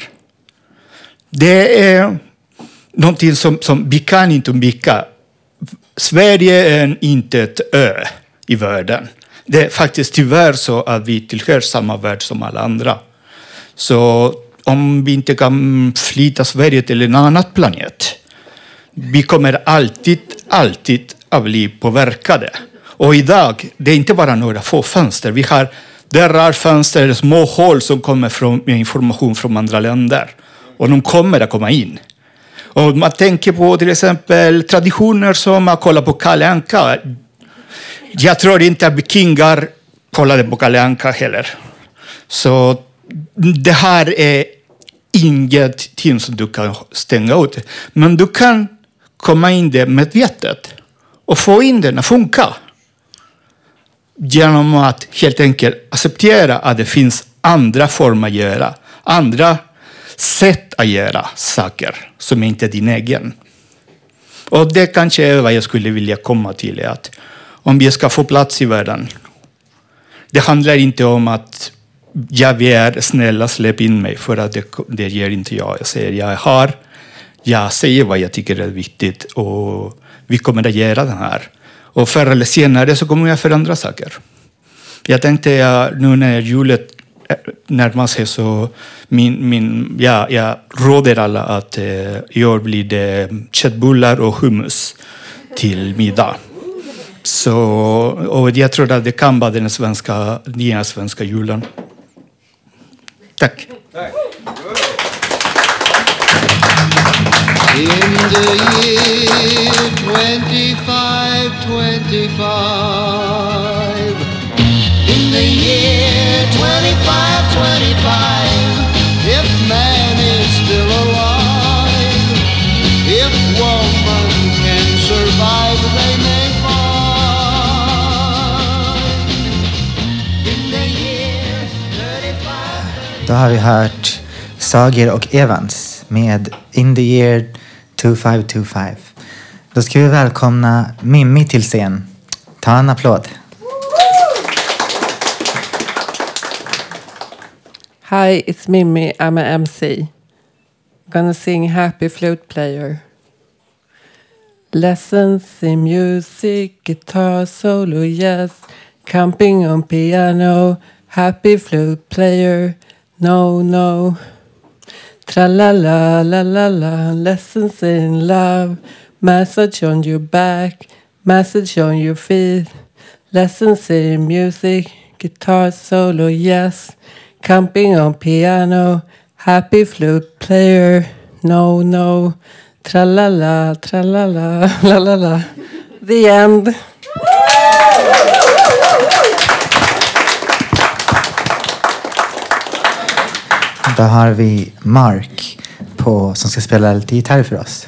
Det är någonting som vi kan inte undvika. Sverige är inte ett ö i världen. Det är faktiskt tyvärr så att vi tillhör samma värld som alla andra. Så om vi inte kan flytta Sverige till en annan planet, vi kommer alltid att bli påverkade. Och idag, det är inte bara några få fönster. Vi har dörrar, fönster, små hål som kommer med information från andra länder. Och de kommer att komma in. Och man tänker på till exempel traditioner som att kolla på Kalle Anka. Jag tror inte att vikingar kollade på Kalle Anka heller. Så det här är ingenting som du kan stänga ut. Men du kan komma in det medvetet och få in den att funka. Genom att helt enkelt acceptera att det finns andra former att göra. Andra sätt att göra saker som inte är din egen. Och det kanske är vad jag skulle vilja komma till. Att om vi ska få plats i världen. Det handlar inte om att jag är snälla, släpp in mig. För att det ger inte jag. Jag säger jag säger vad jag tycker är viktigt. Och vi kommer att göra det här. Och förr eller senare så kommer jag förändra saker. Jag tänkte nu när julet närmar sig så jag råder alla att i år blir det köttbullar och hummus till middag. Så, och jag tror att det kan vara den nya svenska julen. Tack. In the year 2525, in the year 2525, if man is still alive, if woman can survive, they may Då har vi hört Sager och Evans med In the year 2525. Då ska vi välkomna Mimmi till scen. Ta en applåd. Hi, it's Mimmi. I'm an MC. Gonna sing Happy Flute Player. Lessons in music, guitar solo, yes. Camping on piano, happy flute player. No. Tra-la-la, la-la-la. Lessons in love. Massage on your back, massage on your feet. Lessons in music, guitar solo, yes. Camping on piano, happy flute player. No. Tra-la-la, tra-la-la, la-la-la. The end. Då har vi Mark som ska spela lite gitarr för oss.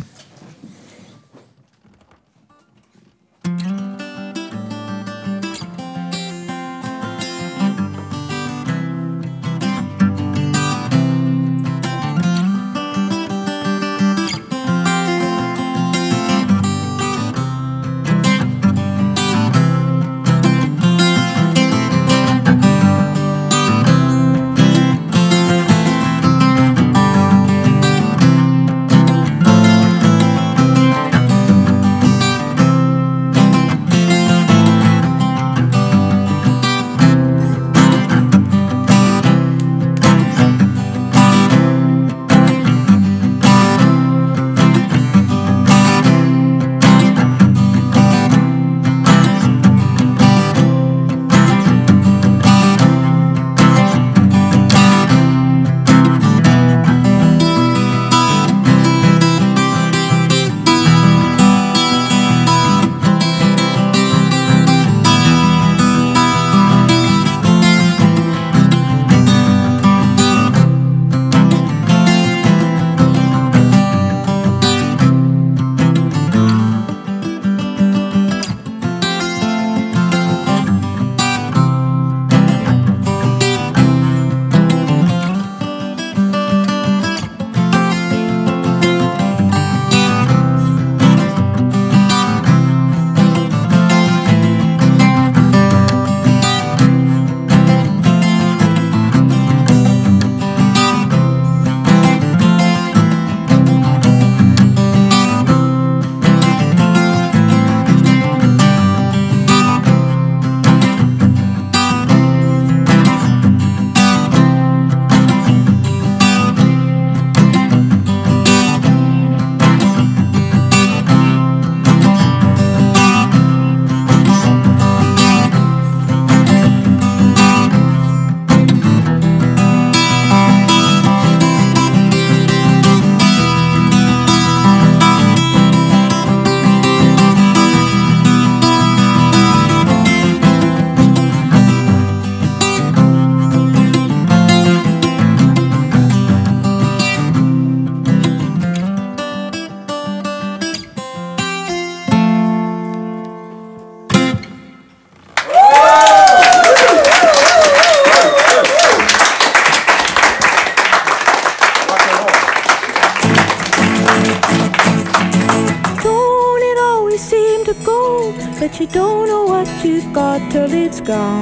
But you don't know what you've got till it's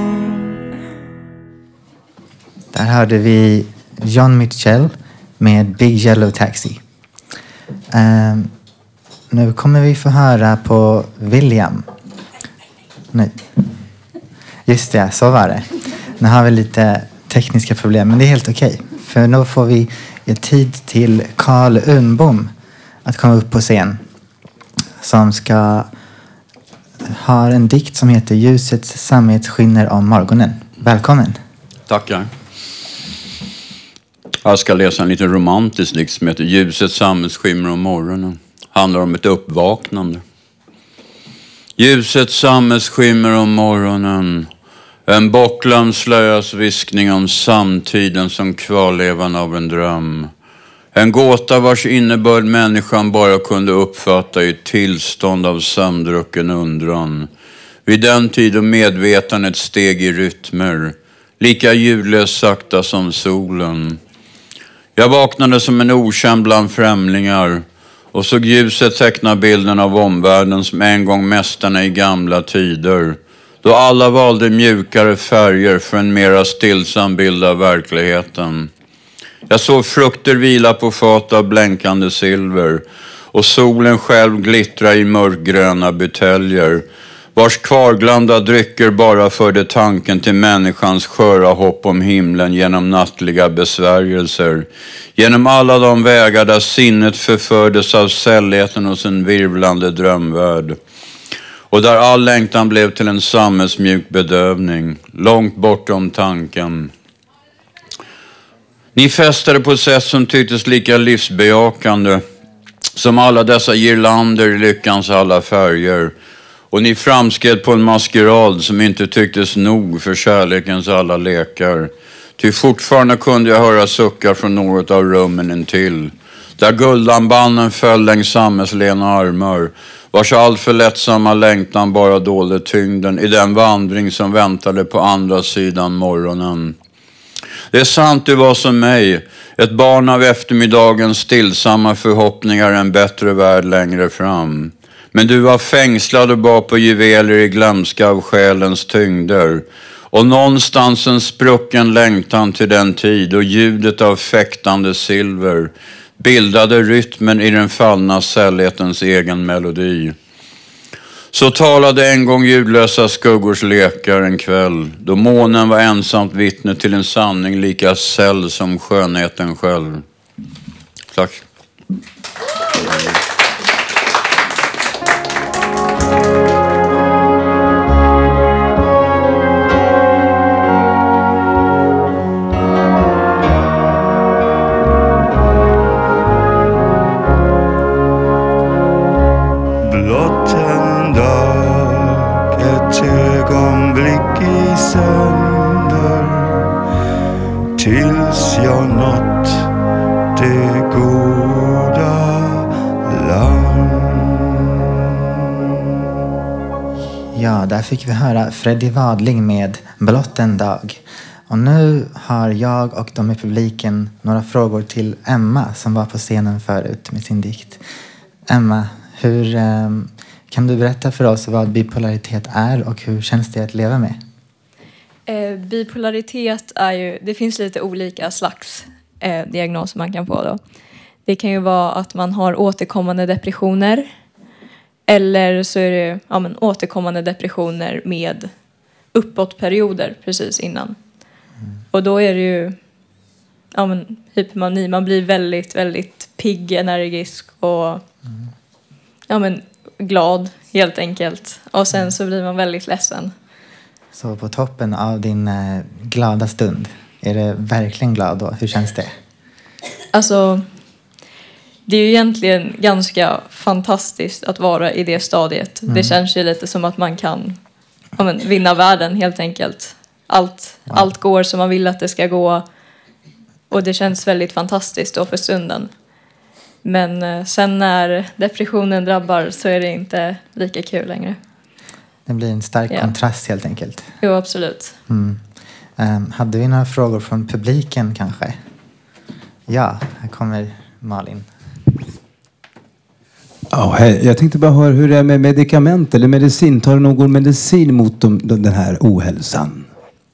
gone. Där hörde vi John Mitchell med Big Yellow Taxi. Nu kommer vi få höra på William. Nej. Just det, så var det. Nu har vi lite tekniska problem, men det är helt okej. För nu får vi ge tid till Carl Unbom att komma upp på scen. Som ska ha en dikt som heter Ljusets sammet skiner om morgonen. Välkommen. Tackar. Jag ska läsa en lite romantisk dikt som heter Ljusets sammet skimmer om morgonen. Handlar om ett uppvaknande. Ljusets sammet skimmer om morgonen. En bocklam slöjas viskning om samtiden som kvarlevan av en dröm. En gåta vars innebörd människan bara kunde uppfatta i ett tillstånd av sömndrucken undran. Vid den tid då medvetandet steg i rytmer, lika ljudlös sakta som solen. Jag vaknade som en okänd bland främlingar och såg ljuset teckna bilden av omvärlden som en gång mästarna i gamla tider, då alla valde mjukare färger för en mera stillsam bild av verkligheten. Jag såg frukter vila på fat av blänkande silver och solen själv glittra i mörkgröna buteljer, vars kvarglanda drycker bara förde tanken till människans sköra hopp om himlen genom nattliga besvärjelser, genom alla de vägar där sinnet förfördes av sällheten hos en virvlande drömvärld, och där all längtan blev till en sammetsmjuk bedövning, långt bortom tanken. Ni festade på ett sätt som tycktes lika livsbejakande som alla dessa girlander i lyckans alla färger, och ni framskred på en maskerad som inte tycktes nog för kärlekens alla lekar. Ty fortfarande kunde jag höra suckar från något av rummen intill, där guldanbanden föll längs sammetslena armar, vars allt för lättsamma längtan bara dolde tyngden i den vandring som väntade på andra sidan morgonen. Det är sant, du var som mig, ett barn av eftermiddagens stillsamma förhoppningar, en bättre värld längre fram. Men du var fängslad och bar på juveler i glömska av själens tyngder. Och någonstans en sprucken längtan till den tid och ljudet av fäktande silver bildade rytmen i den fallna sällhetens egen melodi. Så talade en gång ljudlösa skuggors lekar en kväll, då månen var ensamt vittne till en sanning lika säll som skönheten själv. Tack. Tills jag nått det goda land. Ja, där fick vi höra Freddie Wadling med Blott en dag. Och nu har jag och de i publiken några frågor till Emma som var på scenen förut med sin dikt. Emma, hur kan du berätta för oss vad bipolaritet är och hur känns det att leva med? Bipolaritet är ju, det finns lite olika slags diagnoser man kan få då. Det kan ju vara att man har återkommande depressioner, eller så är det återkommande depressioner med uppåtperioder precis innan. Och då är det ju hypomani, man blir väldigt, väldigt pigg, energisk och glad helt enkelt. Och sen så blir man väldigt ledsen. Så på toppen av din glada stund, är det verkligen glad då? Hur känns det? Alltså, det är ju egentligen ganska fantastiskt att vara i det stadiet. Det känns ju lite som att man kan vinna världen helt enkelt. Allt går som man vill att det ska gå. Och det känns väldigt fantastiskt då för stunden. Men sen när depressionen drabbar så är det inte lika kul längre. Det blir en stark kontrast helt enkelt. Jo, absolut. Hade vi några frågor från publiken kanske? Ja, här kommer Malin. Ja, hej. Jag tänkte bara höra hur det är med medikament eller medicin. Tar du någon medicin mot den här ohälsan?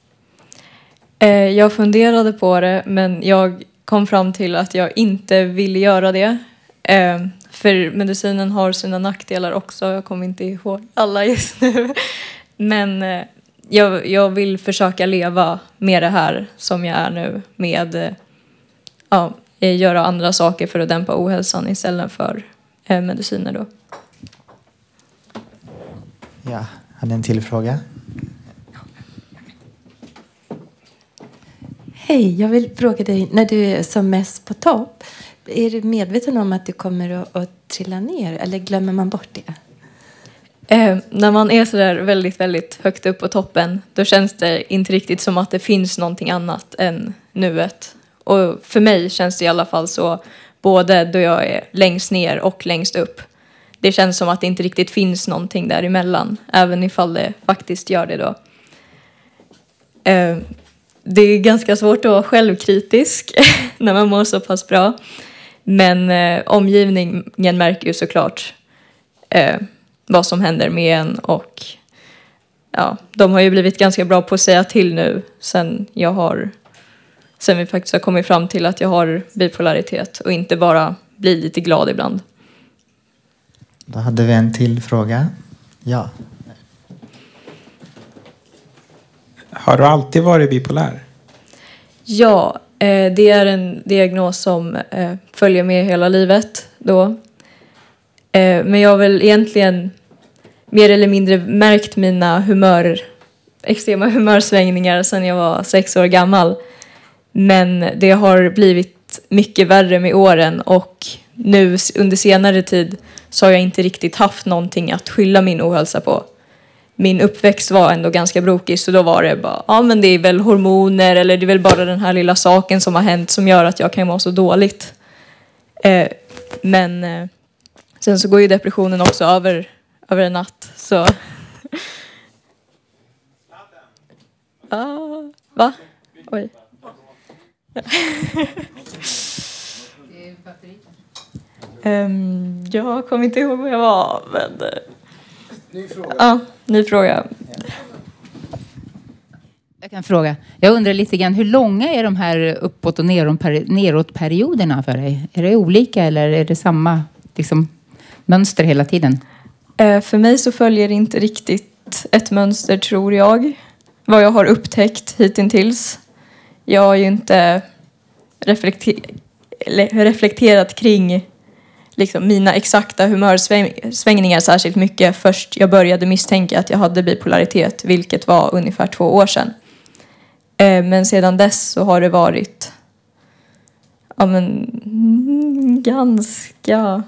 Jag funderade på det, men jag kom fram till att jag inte vill göra det. För medicinen har sina nackdelar också. Jag kommer inte ihåg alla just nu. Men jag vill försöka leva med det här som jag är nu. Med göra andra saker för att dämpa ohälsan istället för mediciner då. Ja, hade en till fråga. Hej, jag vill fråga dig, när du är som mest på topp, är du medveten om att du kommer att trilla ner eller glömmer man bort det? När man är så där väldigt, väldigt högt upp på toppen, då känns det inte riktigt som att det finns någonting annat än nuet. Och för mig känns det i alla fall så, både då jag är längst ner och längst upp. Det känns som att det inte riktigt finns någonting däremellan, även ifall det faktiskt gör det då. det är ganska svårt att vara självkritisk när man mår så pass bra. Men omgivningen märker ju såklart vad som händer med en. Och ja, de har ju blivit ganska bra på att säga till nu sen vi faktiskt har kommit fram till att jag har bipolaritet och inte bara blir lite glad ibland. Då hade vi en till fråga. Ja. Har du alltid varit bipolär? Ja, det är en diagnos som följer med hela livet då. Men jag har väl egentligen mer eller mindre märkt mina extrema humörsvängningar sedan jag var 6 år gammal. Men det har blivit mycket värre med åren och nu under senare tid så har jag inte riktigt haft någonting att skylla min ohälsa på. Min uppväxt var ändå ganska brokig, så då var det bara, ja men det är väl hormoner eller det är väl bara den här lilla saken som har hänt som gör att jag kan må så dåligt. Men sen så går ju depressionen också över en natt, så... Va? Oj. Jag kommer inte ihåg vad jag var, men... Ny fråga. Ja, ny fråga. Jag kan fråga. Jag undrar lite grann, hur långa är de här uppåt- och neråtperioderna för dig? Är det olika eller är det samma mönster hela tiden? För mig så följer det inte riktigt ett mönster, tror jag. Vad jag har upptäckt hittills. Jag har ju inte reflekterat kring mina exakta humörsvängningar särskilt mycket. Först jag började misstänka att jag hade bipolaritet, vilket var ungefär 2 år sedan. Men sedan dess så har det varit ganska...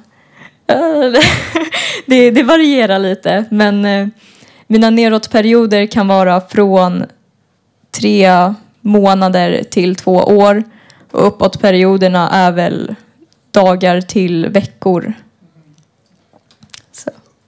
det varierar lite, men mina neråtperioder kan vara från 3 månader till 2 år. Och uppåtperioderna är väl dagar till veckor. Så.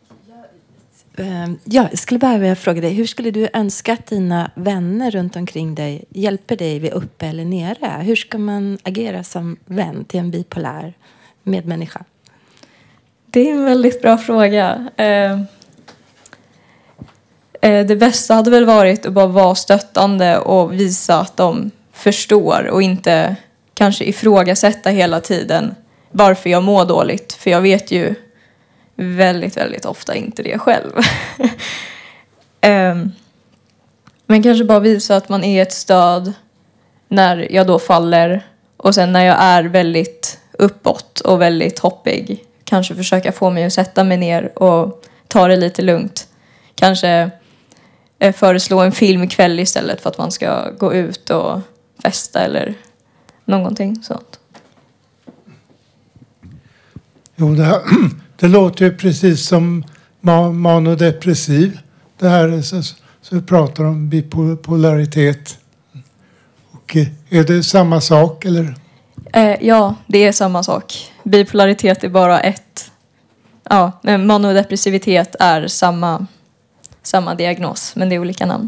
Ja, jag skulle bara vilja fråga dig. Hur skulle du önska att dina vänner runt omkring dig hjälper dig vid uppe eller nere? Hur ska man agera som vän till en bipolär medmänniska? Det är en väldigt bra fråga. Det bästa hade väl varit att bara vara stöttande och visa att de förstår och inte kanske ifrågasätta hela tiden varför jag mår dåligt. För jag vet ju väldigt, väldigt ofta inte det själv. Men kanske bara visa att man är ett stöd när jag då faller. Och sen när jag är väldigt uppåt och väldigt hoppig, kanske försöka få mig att sätta mig ner och ta det lite lugnt. Kanske föreslå en filmkväll istället för att man ska gå ut och festa eller någonting sånt. Jo, det låter ju precis som manodepressiv. Det här så vi pratar om bipolaritet. Och är det samma sak eller? Ja, det är samma sak. Bipolaritet är bara ett. Ja, men manodepressivitet är samma diagnos, men det är olika namn.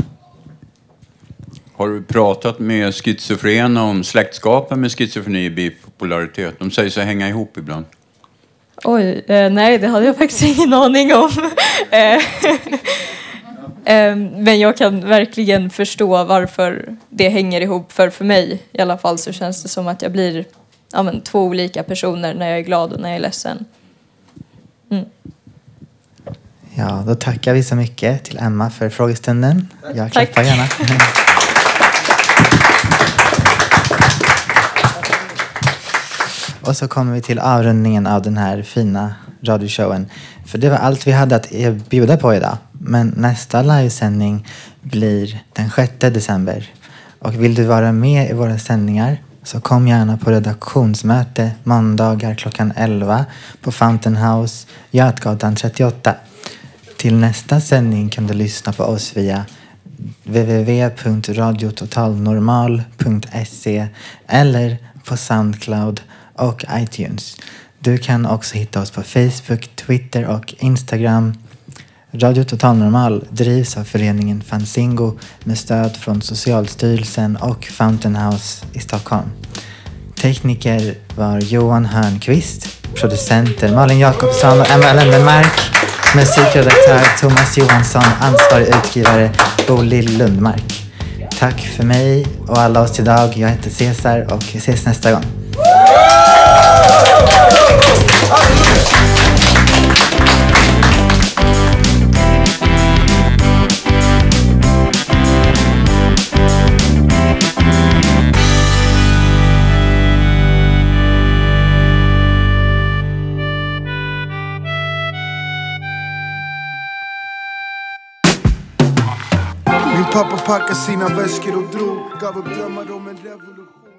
Har du pratat med schizofrena om släktskapen med schizofreni och bipolaritet? De säger sig hänga ihop ibland. Oj, nej, det hade jag faktiskt ingen aning om. Men jag kan verkligen förstå varför det hänger ihop. För mig i alla fall så känns det som att jag blir 2 olika personer när jag är glad och när jag är ledsen. Mm. Ja, då tackar vi så mycket till Emma för frågestunden. Jag Tack. klappar gärna. Och så kommer vi till avrundningen av den här fina radioshowen. För det var allt vi hade att bjuda på idag. Men nästa livesändning blir den 6 december. Och vill du vara med i våra sändningar så kom gärna på redaktionsmöte måndagar klockan 11 på Fountain House, Götgatan 38. Till nästa sändning kan du lyssna på oss via www.radiototalnormal.se eller på Soundcloud och iTunes. Du kan också hitta oss på Facebook, Twitter och Instagram. Radio Total Normal drivs av föreningen Fanzingo med stöd från Socialstyrelsen och Fountain House i Stockholm. Tekniker var Johan Hörnqvist, producenter Malin Jakobsson och Emma Lendenmark, musikredaktör Thomas Johansson, ansvarig utgivare Bo Lill Lundmark. Tack för mig och alla oss idag. Jag heter Cesar och ses nästa gång. Min pappa packade sina väskor och drog, gav upp drömmar om en revolution.